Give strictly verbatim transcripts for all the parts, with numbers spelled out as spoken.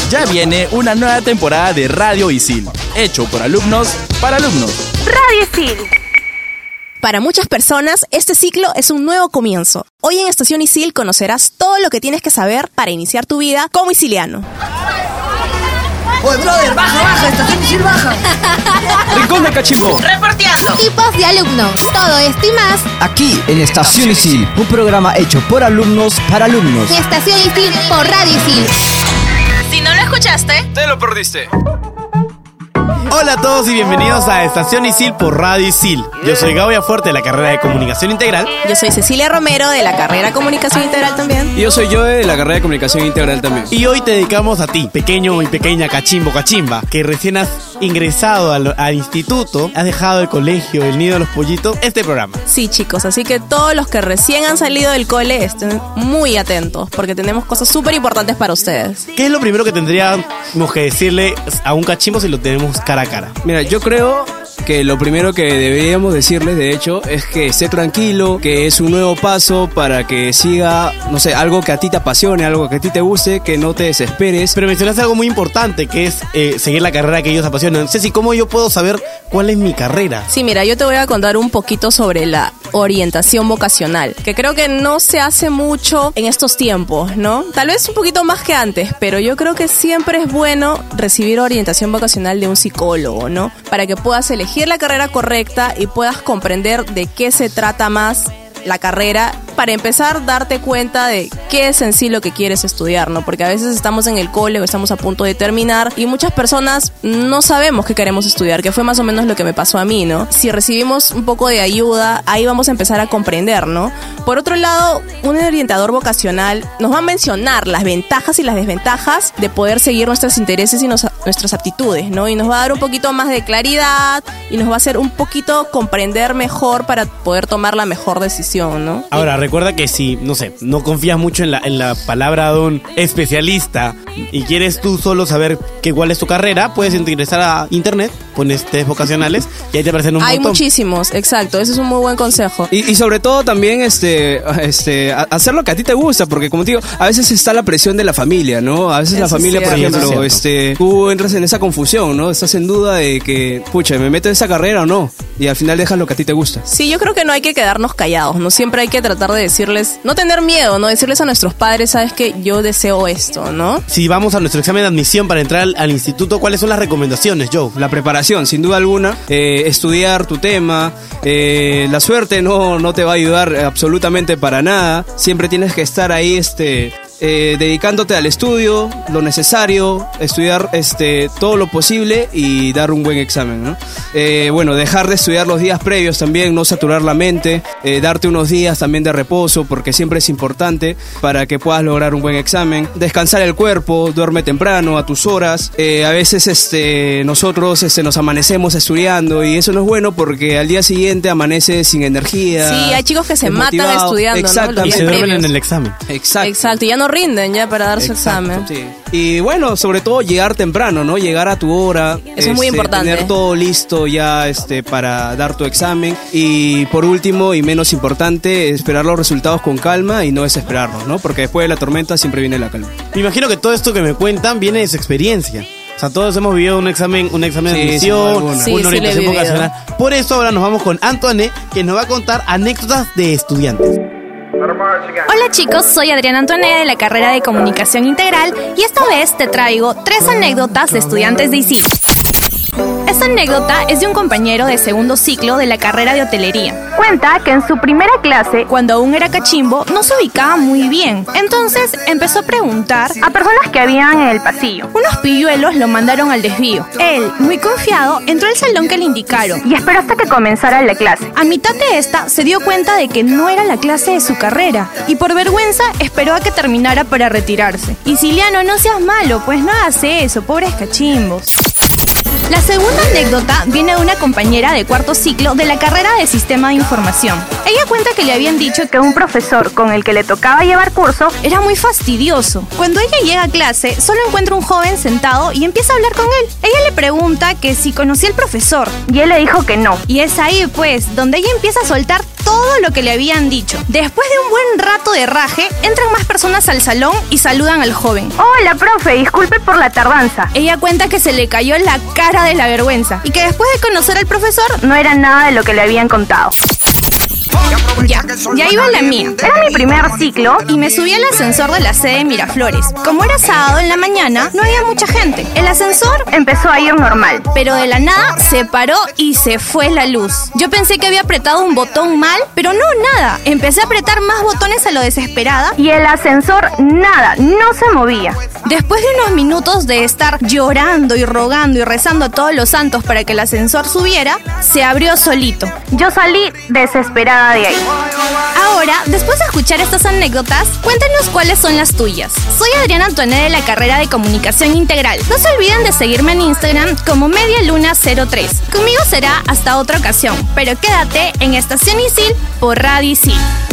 Ya viene una nueva temporada de Radio Isil, hecho por alumnos para alumnos. Radio Isil. Para muchas personas, este ciclo es un nuevo comienzo. Hoy en Estación Isil conocerás todo lo que tienes que saber para iniciar tu vida como isiliano. Oye, brother, baja, baja, Estación Isil, baja. Rincón de Cachimbo. Reporteando. Tipos de alumnos. Todo esto y más. Aquí en Estación Isil, un programa hecho por alumnos para alumnos. En Estación Isil por Radio Isil. Si no lo escuchaste, Te lo perdiste. Hola a todos y bienvenidos a Estación Isil por Radio Isil. Yo soy Gaudia Fuerte de la carrera de Comunicación Integral. Yo soy Cecilia Romero de la carrera Comunicación Integral también. Y yo soy yo de la carrera de Comunicación Integral también. Y hoy te dedicamos a ti, pequeño y pequeña cachimbo cachimba, que recién has ingresado al, al instituto, has dejado el colegio, el nido de los pollitos, este programa. Sí, chicos, así que todos los que recién han salido del cole estén muy atentos porque tenemos cosas súper importantes para ustedes. ¿Qué es lo primero que tendríamos que decirle a un cachimbo si lo tenemos cara a cara? Mira, yo creo que lo primero que deberíamos decirles, de hecho, es que esté tranquilo, que es un nuevo paso para que siga, no sé, algo que a ti te apasione, algo que a ti te guste, que no te desesperes. Pero mencionaste algo muy importante, que es eh, seguir la carrera que ellos apasionan. Ceci, ¿cómo yo puedo saber cuál es mi carrera? Sí, mira, yo te voy a contar un poquito sobre la orientación vocacional, que creo que no se hace mucho en estos tiempos, ¿no? Tal vez un poquito más que antes, pero yo creo que siempre es bueno recibir orientación vocacional de un psicólogo, ¿no? Para que puedas elegir la carrera correcta y puedas comprender de qué se trata más la carrera, para empezar darte cuenta de qué es en sí lo que quieres estudiar, ¿no? Porque a veces estamos en el cole o estamos a punto de terminar y muchas personas no sabemos qué queremos estudiar, que fue más o menos lo que me pasó a mí, ¿no? Si recibimos un poco de ayuda, ahí vamos a empezar a comprender, ¿no? Por otro lado, un orientador vocacional nos va a mencionar las ventajas y las desventajas de poder seguir nuestros intereses y nos, nuestras aptitudes, ¿no? Y nos va a dar un poquito más de claridad y nos va a hacer un poquito comprender mejor para poder tomar la mejor decisión, ¿no? Ahora, recuerda que si, no sé, no confías mucho en la, en la palabra de un especialista y quieres tú solo saber que cuál es tu carrera, puedes ingresar a internet, pones test vocacionales y ahí te aparecen un Hay montón. muchísimos, exacto, ese es un muy buen consejo. Y, y sobre todo también este, este, a- hacer lo que a ti te gusta, porque como te digo, a veces está la presión de la familia, ¿no? A veces Eso la es familia, por cierto. ejemplo, Eso es este, tú entras en esa confusión, ¿no? Estás en duda de que, pucha, ¿me meto en esa carrera o no? Y al final dejas lo que a ti te gusta. Sí, yo creo que no hay que quedarnos callados, ¿no? Siempre hay que tratar de decirles, no tener miedo, ¿no? Decirles a nuestros padres, sabes que yo deseo esto, ¿no? Si vamos a nuestro examen de admisión para entrar al, al instituto, ¿cuáles son las recomendaciones, Joe? La preparación, sin duda alguna, eh, estudiar tu tema, eh, la suerte no, no te va a ayudar absolutamente para nada, siempre tienes que estar ahí este, eh, dedicándote al estudio, lo necesario, estudiar este, todo lo posible y dar un buen examen, ¿no? Eh, bueno, dejar de estudiar los días previos también, no saturar la mente, eh, darte unos días también de reposo porque siempre es importante para que puedas lograr un buen examen, descansar el cuerpo, duerme temprano, a tus horas, eh, a veces este, nosotros este, nos amanecemos estudiando y eso no es bueno porque al día siguiente amanece sin energía. Sí, hay chicos que se matan desmotivado. estudiando, ¿no? Los Y Exactamente. se duermen previos. en el examen. Exacto. Exacto, y ya no rinden ya para dar su Exacto, examen. sí. Y bueno, sobre todo llegar temprano, ¿no? Llegar a tu hora. Eso es muy importante. Tener todo listo ya este, para dar tu examen. Y por último y menos importante, esperar los resultados con calma y no desesperarnos, ¿no? Porque después de la tormenta siempre viene la calma. Me imagino que todo esto que me cuentan viene de su experiencia. O sea, todos hemos vivido un examen, un examen de Sí, admisión, sin duda alguna. Sí, una sí, orientación lo he vivido. vocacional. Por eso ahora nos vamos con Antoine, que nos va a contar anécdotas de estudiantes. Hola chicos, soy Adriana Antoine de la carrera de Comunicación Integral y esta vez te traigo tres anécdotas de estudiantes de Isil. Esta anécdota es de un compañero de segundo ciclo de la carrera de hotelería. cuenta que en su primera clase, Cuando aún era cachimbo, no se ubicaba muy bien. Entonces empezó a preguntar. a personas que habían en el pasillo Unos pilluelos lo mandaron al desvío. Él, muy confiado, entró al salón que le indicaron. y esperó hasta que comenzara la clase. A mitad de esta, se dio cuenta de que no era la clase de su carrera y por vergüenza esperó a que terminara para retirarse. Isiliano, no seas malo, pues no hagas eso, pobres cachimbos. La segunda anécdota viene de una compañera de cuarto ciclo de la carrera de Sistema de Información. Ella cuenta que le habían dicho Que un profesor con el que le tocaba llevar curso era muy fastidioso. Cuando ella llega a clase, solo encuentra un joven sentado y empieza a hablar con él. Ella le pregunta que si conocía al profesor. y él le dijo que no. Y es ahí, pues, donde ella empieza a soltar todo lo que le habían dicho. Después de un buen rato de raje, entran más personas al salón y saludan al joven. Hola, profe, disculpe por la tardanza. Ella cuenta que se le cayó la cara de la vergüenza y que después de conocer al profesor, No era nada de lo que le habían contado. ya, ya iba la mía. Era mi primer ciclo. Y me subí al ascensor de la sede de Miraflores. Como era sábado en la mañana, no había mucha gente. El ascensor Empezó a ir normal. pero de la nada se paró y se fue la luz. Yo pensé que había apretado un botón mal, pero no, nada. Empecé a apretar más botones a lo desesperada. Y el ascensor, nada, no se movía. Después de unos minutos de estar llorando y rogando y rezando a todos los santos para que el ascensor subiera, se abrió solito. Yo salí desesperada de ahí. Ahora, después de escuchar estas anécdotas, cuéntanos cuáles son las tuyas. Soy Adriana Antoné de la carrera de Comunicación Integral. No se olviden de seguirme en Instagram como Medialuna cero tres. Conmigo será hasta otra ocasión, pero quédate en Estación Isil por Radio Isil.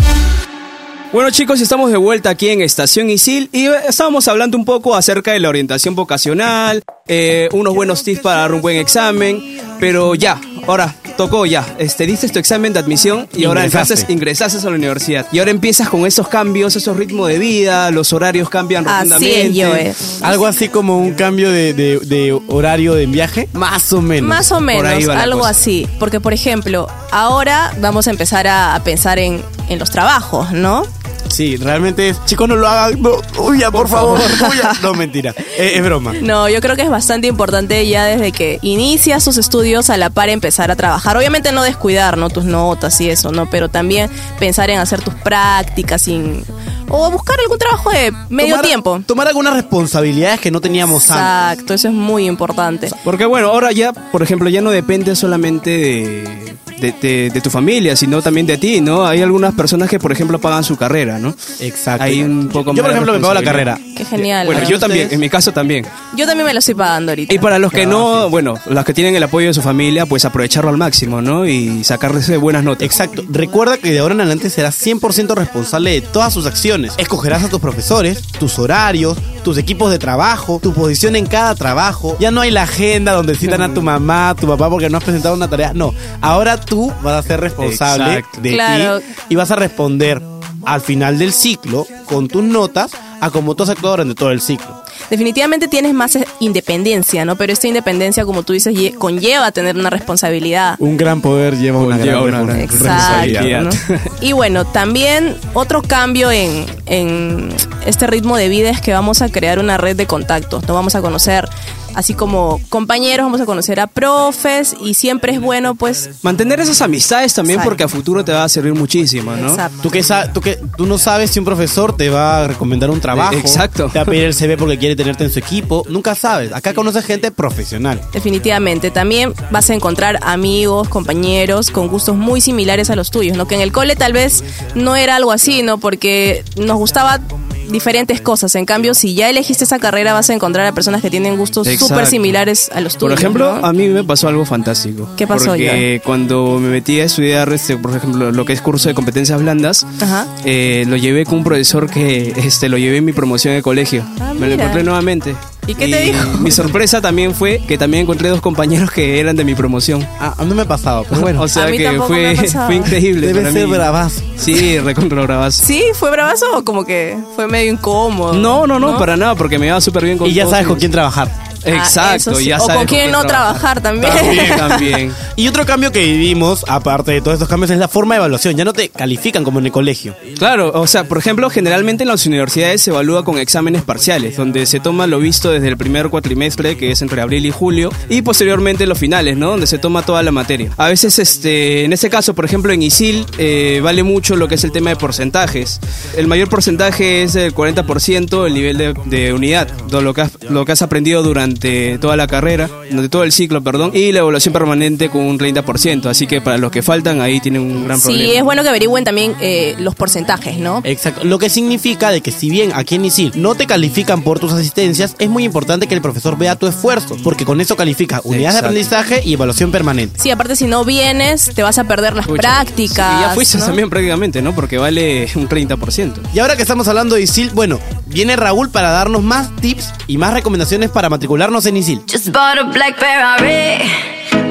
Bueno, chicos, estamos de vuelta aquí en Estación Isil y estábamos hablando un poco acerca de la orientación vocacional, eh, unos buenos tips para dar un buen examen, pero ya, ahora tocó ya, este, diste tu examen de admisión y ahora Ingresaste. entonces ingresaste a la universidad y ahora empiezas con esos cambios, esos ritmos de vida, los horarios cambian Así rotundamente. es, Joe. Algo así como un cambio de, de- de horario de viaje, más o menos. Más o Por ahí menos, va la algo cosa. así. Porque, por ejemplo, ahora vamos a empezar a, a pensar en, en los trabajos, ¿no? Sí, realmente es, chicos, no lo hagan, no, huya, por, favor, huya. No, mentira, es, es broma. No, yo creo que es bastante importante ya desde que inicias tus estudios a la par empezar a trabajar. Obviamente no descuidar, ¿no? Tus notas y eso, ¿no? Pero también pensar en hacer tus prácticas sin... o buscar algún trabajo de medio Tomar- tiempo. Tomar algunas responsabilidades que no teníamos antes. Exacto, eso es muy importante. Porque bueno, ahora ya, por ejemplo, ya no depende solamente de, de, de- de tu familia, sino también de ti, ¿no? Hay algunas personas que, por ejemplo, pagan su carrera, ¿no? Exacto. Hay un poco Yo, más por de ejemplo, me pago la responsabilidad. carrera. Qué genial. Bueno, ¿no? yo también, ustedes? en mi caso también. Yo también me lo estoy pagando ahorita. Y para los que no, Gracias. bueno, los que tienen el apoyo de su familia, pues aprovecharlo al máximo, ¿no? Y sacarles de buenas notas. Exacto. Recuerda que de ahora en adelante serás cien por ciento responsable de todas sus acciones. Escogerás a tus profesores, tus horarios, tus equipos de trabajo, tu posición en cada trabajo. Ya no hay la agenda donde citan a tu mamá, a tu papá porque no has presentado una tarea. No, ahora tú vas a ser responsable Exacto. de Claro. ti y vas a responder al final del ciclo con tus notas a como tú has actuado durante todo el ciclo. Definitivamente tienes más eh, independencia, ¿no? Pero esta independencia, como tú dices, lle- conlleva tener una responsabilidad. Un gran poder lleva una Lleva gran una gran responsabilidad. Exacto. responsabilidad. ¿no? Y bueno, también otro cambio en, en este ritmo de vida es que vamos a crear una red de contactos. Nos vamos a conocer, así como compañeros, vamos a conocer a profes y siempre es bueno, pues, Mantener esas amistades también Exacto. porque a futuro te va a servir muchísimo, ¿no? exacto. ¿Tú, qué sa- tú, qué- tú no sabes si un profesor te va a recomendar un trabajo. Eh, exacto. Te va a pedir el C V porque quiere tenerte en su equipo. Nunca sabes. Acá conoces gente profesional. Definitivamente. También vas a encontrar amigos, compañeros con gustos muy similares a los tuyos, ¿no? Que en el cole tal vez no era algo así, ¿no? Porque nos gustaba diferentes cosas. En cambio, si ya elegiste esa carrera, vas a encontrar a personas que tienen gustos Exacto. súper similares a los tuyos. Por ejemplo, ¿no? a mí me pasó algo fantástico. ¿Qué pasó, Porque cuando me metí a estudiar, este, por ejemplo, lo que es curso de competencias blandas, Ajá. eh, lo llevé con un profesor que este, lo llevé en mi promoción de colegio. Ah, me lo mira. encontré nuevamente. ¿Y qué te dijo? Mi sorpresa también fue que también encontré dos compañeros que eran de mi promoción. Ah, a mí no me ha pasado, pero bueno. O sea A mí que tampoco fue, me ha pasado. fue increíble. Debe para ser mí. bravazo. Sí, recontra bravazo. ¿Sí? ¿Fue bravazo o como que fue medio incómodo? No, no, no, para nada, porque me iba súper bien con Y ya todos sabes con ellos. quién trabajar. Exacto, Ah, eso sí. ya O sabes con quién no trabajar también. También, también. Y otro cambio que vivimos, aparte de todos estos cambios, es la forma de evaluación. Ya no te califican como en el colegio. Claro, o sea, por ejemplo, generalmente en las universidades se evalúa con exámenes parciales, donde se toma lo visto desde el primer cuatrimestre, que es entre abril y julio, y posteriormente los finales, ¿no? Donde se toma toda la materia. A veces, este, en este caso, por ejemplo, en ISIL, eh, vale mucho lo que es el tema de porcentajes. El mayor porcentaje es el cuarenta por ciento el nivel de, de unidad, todo lo que has, lo que has aprendido durante toda la carrera, durante todo el ciclo, perdón, y la evaluación permanente con un treinta por ciento. Así que para los que faltan, ahí tienen un gran problema. Sí, es bueno que averigüen también eh, los porcentajes, ¿no? Exacto. Lo que significa de que si bien aquí en ISIL no te califican por tus asistencias, es muy importante que el profesor vea tu esfuerzo, porque con eso califica unidades Exacto. de aprendizaje y evaluación permanente. Sí, aparte si no vienes, te vas a perder las Escucha, prácticas. sí, ya fuiste ¿no? también prácticamente, ¿no? Porque vale un treinta por ciento. Y ahora que estamos hablando de ISIL, bueno, viene Raúl para darnos más tips y más recomendaciones para matricularnos en ISIL. Just bought a black Ferrari.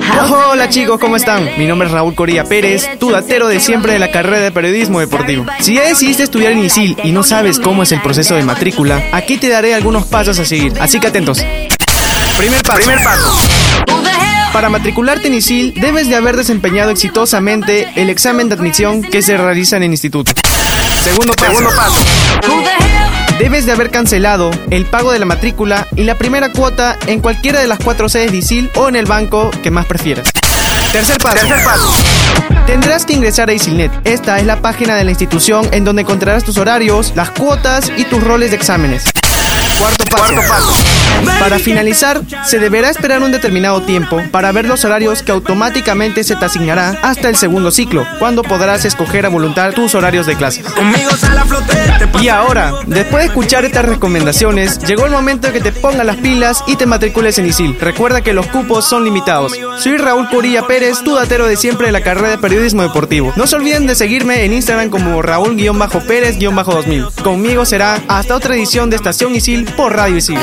Hola chicos, ¿cómo están? Mi nombre es Raúl Corilla Pérez, tu datero de siempre de la carrera de periodismo deportivo. Si ya decidiste estudiar en ISIL y no sabes cómo es el proceso de matrícula, aquí te daré algunos pasos a seguir, así que atentos. Primer paso. Primer paso. Para matricularte en ISIL, debes de haber desempeñado exitosamente el examen de admisión que se realiza en el instituto. Segundo paso. Segundo paso. Debes de haber cancelado el pago de la matrícula y la primera cuota en cualquiera de las cuatro sedes de ISIL o en el banco que más prefieras. Tercer paso. Tercer paso. Tendrás que ingresar a ISILnet. Esta es la página de la institución en donde encontrarás tus horarios, las cuotas y tus roles de exámenes. Cuarto paso. Cuarto paso. Para finalizar, se deberá esperar un determinado tiempo para ver los horarios que automáticamente se te asignará hasta el segundo ciclo, cuando podrás escoger a voluntad tus horarios de clases. Y ahora, después de escuchar estas recomendaciones, llegó el momento de que te pongas las pilas y te matricules en ISIL. Recuerda que los cupos son limitados. Soy Raúl Corilla Pérez, tu datero de siempre de la carrera de periodismo deportivo. No se olviden de seguirme en Instagram como Raúl-Pérez dos mil. Conmigo será hasta otra edición de Estación ISIL por Radio ISIL.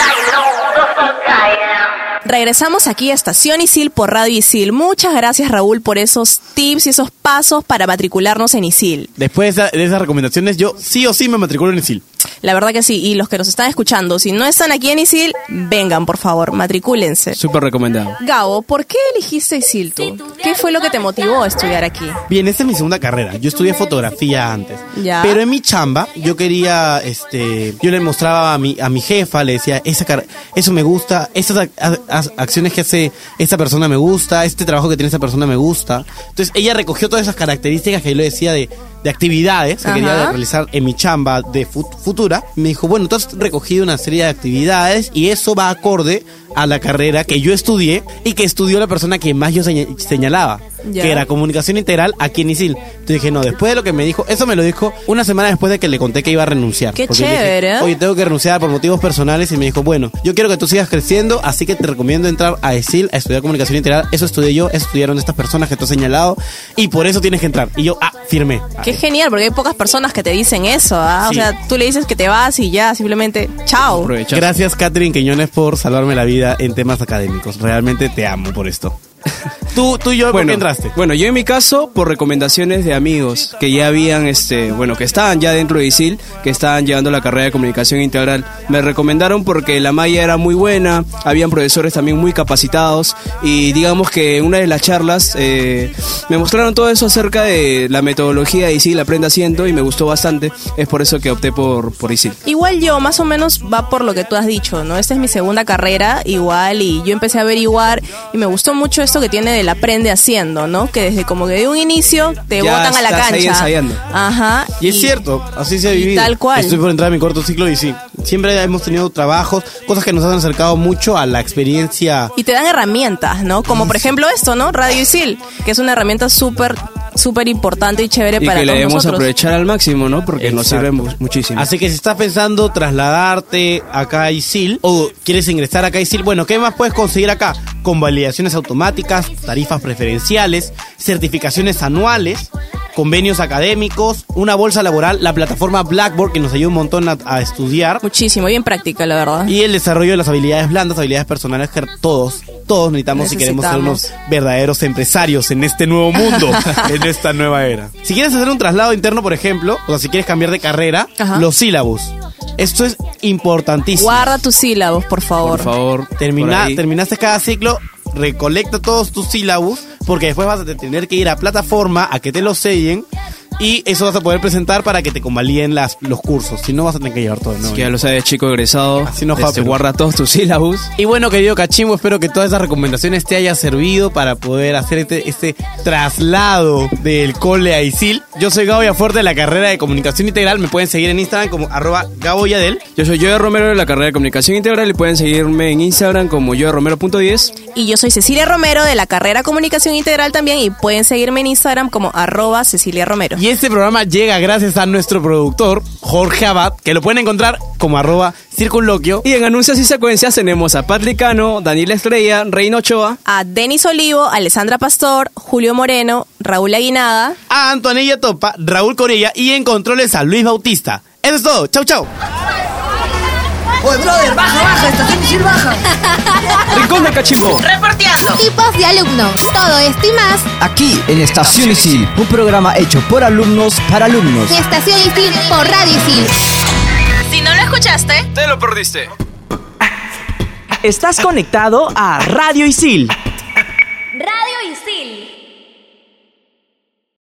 Regresamos aquí a Estación ISIL por Radio ISIL. Muchas gracias, Raúl, por esos tips y esos pasos para matricularnos en ISIL. Después de, esa, de esas recomendaciones, yo sí o sí me matriculo en ISIL. La verdad que sí, y los que nos están escuchando, si no están aquí en ISIL, vengan, por favor, matricúlense. Súper recomendado. Gabo, ¿por qué elegiste ISIL tú? ¿Qué fue lo que te motivó a estudiar aquí? Bien, esta es mi segunda carrera. Yo estudié fotografía antes. ¿Ya? Pero en mi chamba, yo quería, este, yo le mostraba a mi, a mi jefa, le decía, esa car- eso me gusta, esas a- a- acciones que hace esta persona me gusta, este trabajo que tiene esta persona me gusta. Entonces ella recogió todas esas características que yo le decía de, de actividades que Ajá. quería realizar en mi chamba de fut- futura. Me dijo, bueno, tú has recogido una serie de actividades y eso va acorde a la carrera que yo estudié y que estudió la persona que más yo señ- señalaba, ya. que era comunicación integral aquí en ISIL. Entonces dije, no, después de lo que me dijo, eso me lo dijo una semana después de que le conté que iba a renunciar. Qué porque chévere. Dije, oye, tengo que renunciar por motivos personales y me dijo, bueno, yo quiero que tú sigas creciendo, así que te recomiendo entrar a ISIL a estudiar comunicación integral. Eso estudié yo, eso estudiaron estas personas que tú has señalado y por eso tienes que entrar. Y yo, ah, firmé. Qué Ay. genial, porque hay pocas personas que te dicen eso, ¿ah? Sí. O sea, tú le dices que te vas y ya, simplemente, chao. Aprovecha. Gracias, Catherine Quiñones, por salvarme la vida en temas académicos. Realmente te amo por esto. Tú, tú y yo, ¿por bueno, qué entraste? Bueno, yo en mi caso, por recomendaciones de amigos que ya habían, este, bueno, que estaban ya dentro de ISIL, que estaban llevando la carrera de comunicación integral. Me recomendaron porque la malla era muy buena, habían profesores también muy capacitados y digamos que en una de las charlas eh, me mostraron todo eso acerca de la metodología de ISIL, Aprenda Haciendo, y me gustó bastante. Es por eso que opté por, por ISIL. Igual yo, más o menos va por lo que tú has dicho, ¿no? Esta es mi segunda carrera, igual, y yo empecé a averiguar y me gustó mucho esto que tiene del aprende haciendo, ¿no? Que desde como que de un inicio te ya botan a la cancha. Ahí ensayando. Ajá. Y es y, cierto, así se ha vivido. Tal cual. Estoy por entrar a mi cuarto ciclo y sí, siempre hemos tenido trabajos, cosas que nos han acercado mucho a la experiencia. Y te dan herramientas, ¿no? Como por ejemplo esto, ¿no? Radio ISIL, que es una herramienta súper súper importante y chévere y para que todos le debemos nosotros. aprovechar al máximo, ¿no? Porque Exacto. nos sirve muchísimo. Así que si estás pensando trasladarte acá a ISIL o quieres ingresar acá a ISIL, bueno, ¿qué más puedes conseguir acá? Convalidaciones automáticas, tarifas preferenciales, certificaciones anuales, convenios académicos, una bolsa laboral, la plataforma Blackboard que nos ayuda un montón a, a estudiar. Muchísimo, bien práctica, la verdad. Y el desarrollo de las habilidades blandas, habilidades personales que todos, todos necesitamos, necesitamos si queremos ser unos verdaderos empresarios en este nuevo mundo, en esta nueva era. Si quieres hacer un traslado interno, por ejemplo, o sea, si quieres cambiar de carrera, Ajá. los sílabus. Esto es importantísimo. Guarda tus sílabos, por favor. Por favor. Termina, por terminaste cada ciclo, recolecta todos tus sílabus, porque después vas a tener que ir a plataforma a que te los sellen. Y eso vas a poder presentar para que te convaliden las, los cursos. Si no, vas a tener que llevar todo, ¿no? Así que ya lo sabes, chico egresado. Así no, este, guarda todos tus sílabus. Y bueno, querido Cachimbo, espero que todas esas recomendaciones te hayan servido para poder hacer este, este traslado del cole a ISIL. Yo soy Gabo Yafuerte de la carrera de Comunicación Integral. Me pueden seguir en Instagram como arroba Gabo Yadel. Yo soy Joe Romero de la carrera de Comunicación Integral y pueden seguirme en Instagram como joe romero punto diez. Y yo soy Cecilia Romero de la carrera Comunicación Integral también y pueden seguirme en Instagram como arroba Cecilia Romero. Y este programa llega gracias a nuestro productor Jorge Abad, que lo pueden encontrar como arroba Circunloquio. Y en anuncios y secuencias tenemos a Pat Licano, Daniel Estrella, Reino Ochoa, a Denis Olivo, Alessandra Pastor, Julio Moreno, Raúl Aguinaga, a Antonella Topa, Raúl Corella y en controles a Luis Bautista. Eso es todo. Chau, chau. Oye, brother, baja, baja, estación Isil, baja. Rincón del Cachimbo. Reporteando. Tipos de alumnos. Todo esto y más Aquí en Estación Isil, un programa hecho por alumnos para alumnos. en Estación Isil por Radio Isil. Si no lo escuchaste, Te lo perdiste. Estás conectado a Radio Isil. Radio Isil.